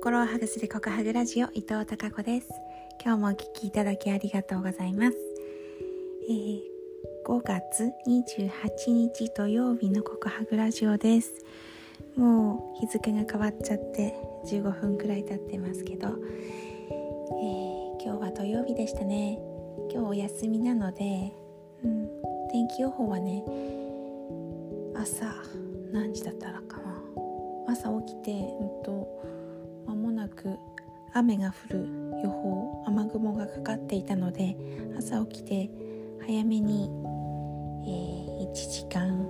心をハグするココハグラジオ、伊藤孝子です。今日もお聞きいただきありがとうございます。5月28日土曜日のココハグラジオです。もう日付が変わっちゃって15分くらい経ってますけど、今日は土曜日でしたね。今日お休みなので、天気予報はね、朝何時だったらかな、朝起きて間もなく雨が降る予報、雨雲がかかっていたので、朝起きて早めに、1時間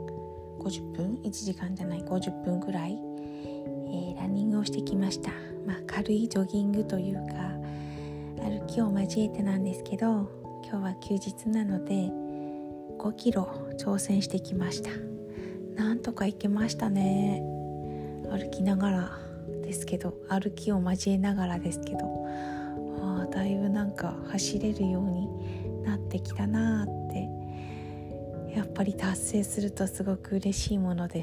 50分くらい、ランニングをしてきました。軽いジョギングというか歩きを交えてなんですけど、今日は休日なので5キロ挑戦してきました。なんとか行けましたね。歩きながらですけど、歩きを交えながらですけど、だいぶ走れるようになってきたなってやっぱり達成するとすごく嬉しいものです。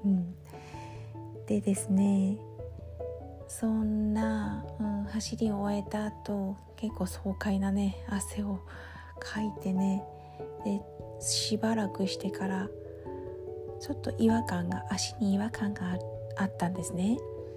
でですね、そんな、走りを終えた後、結構爽快なね汗をかいてね、でしばらくしてからちょっと足に違和感があったんですね。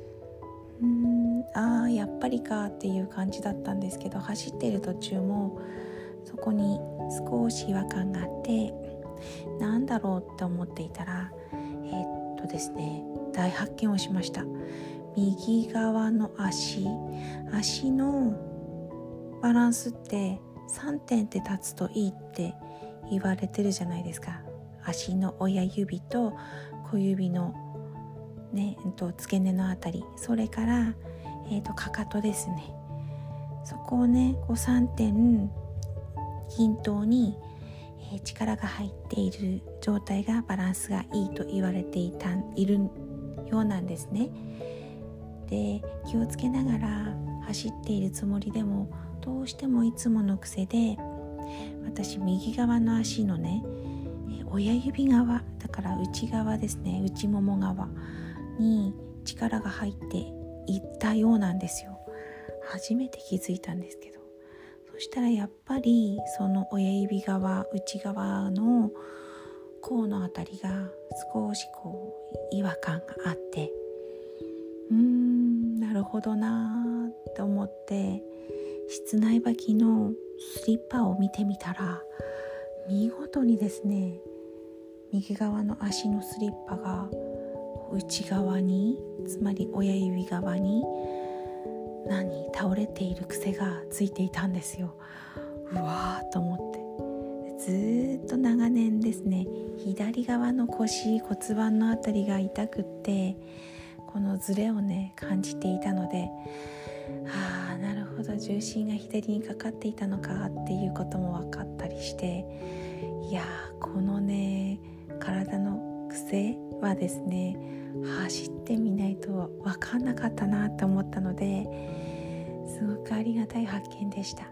やっぱりかっていう感じだったんですけど、走っている途中もそこに少し違和感があって、なんだろうって思っていたらですね、大発見をしました。右側の足のバランスって3点で立つといいって言われてるじゃないですか。足の親指と小指の付け根のあたり、それから、かかとですね。そこをね、3点均等に、力が入っている状態がバランスがいいと言われているようなんですね。で、気をつけながら走っているつもりでも、どうしてもいつもの癖で、私右側の足のね、親指側だから内側ですね、内もも側に力が入っていったようなんですよ。初めて気づいたんですけど、そしたらやっぱりその親指側、内側の甲のあたりが少し違和感があって、なるほどなと思って、室内履きのスリッパを見てみたら、見事にですね、右側の足のスリッパが内側に、つまり親指側に倒れている癖がついていたんですよ。うわーと思って、ずっと長年ですね、左側の骨盤のあたりが痛くって、このズレをね感じていたので、なるほど、重心が左にかかっていたのかっていうことも分かったりして、このね体の癖はですね、走ってみないと分かんなかったなと思ったので、すごくありがたい発見でした。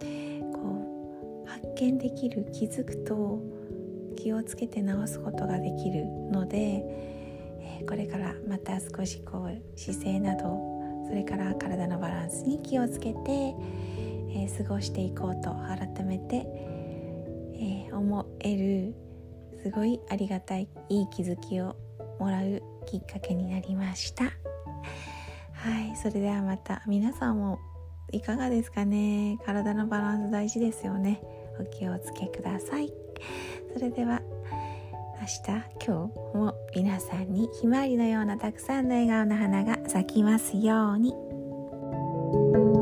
発見できる、気づくと気をつけて直すことができるので、これからまた少し姿勢など、それから体のバランスに気をつけて、過ごしていこうと改めて、思える、すごいありがたい、いい気づきをもらうきっかけになりました。それではまた、皆さんもいかがですかね。体のバランス大事ですよね。お気をつけください。それでは今日も皆さんにひまわりのようなたくさんの笑顔の花が咲きますように。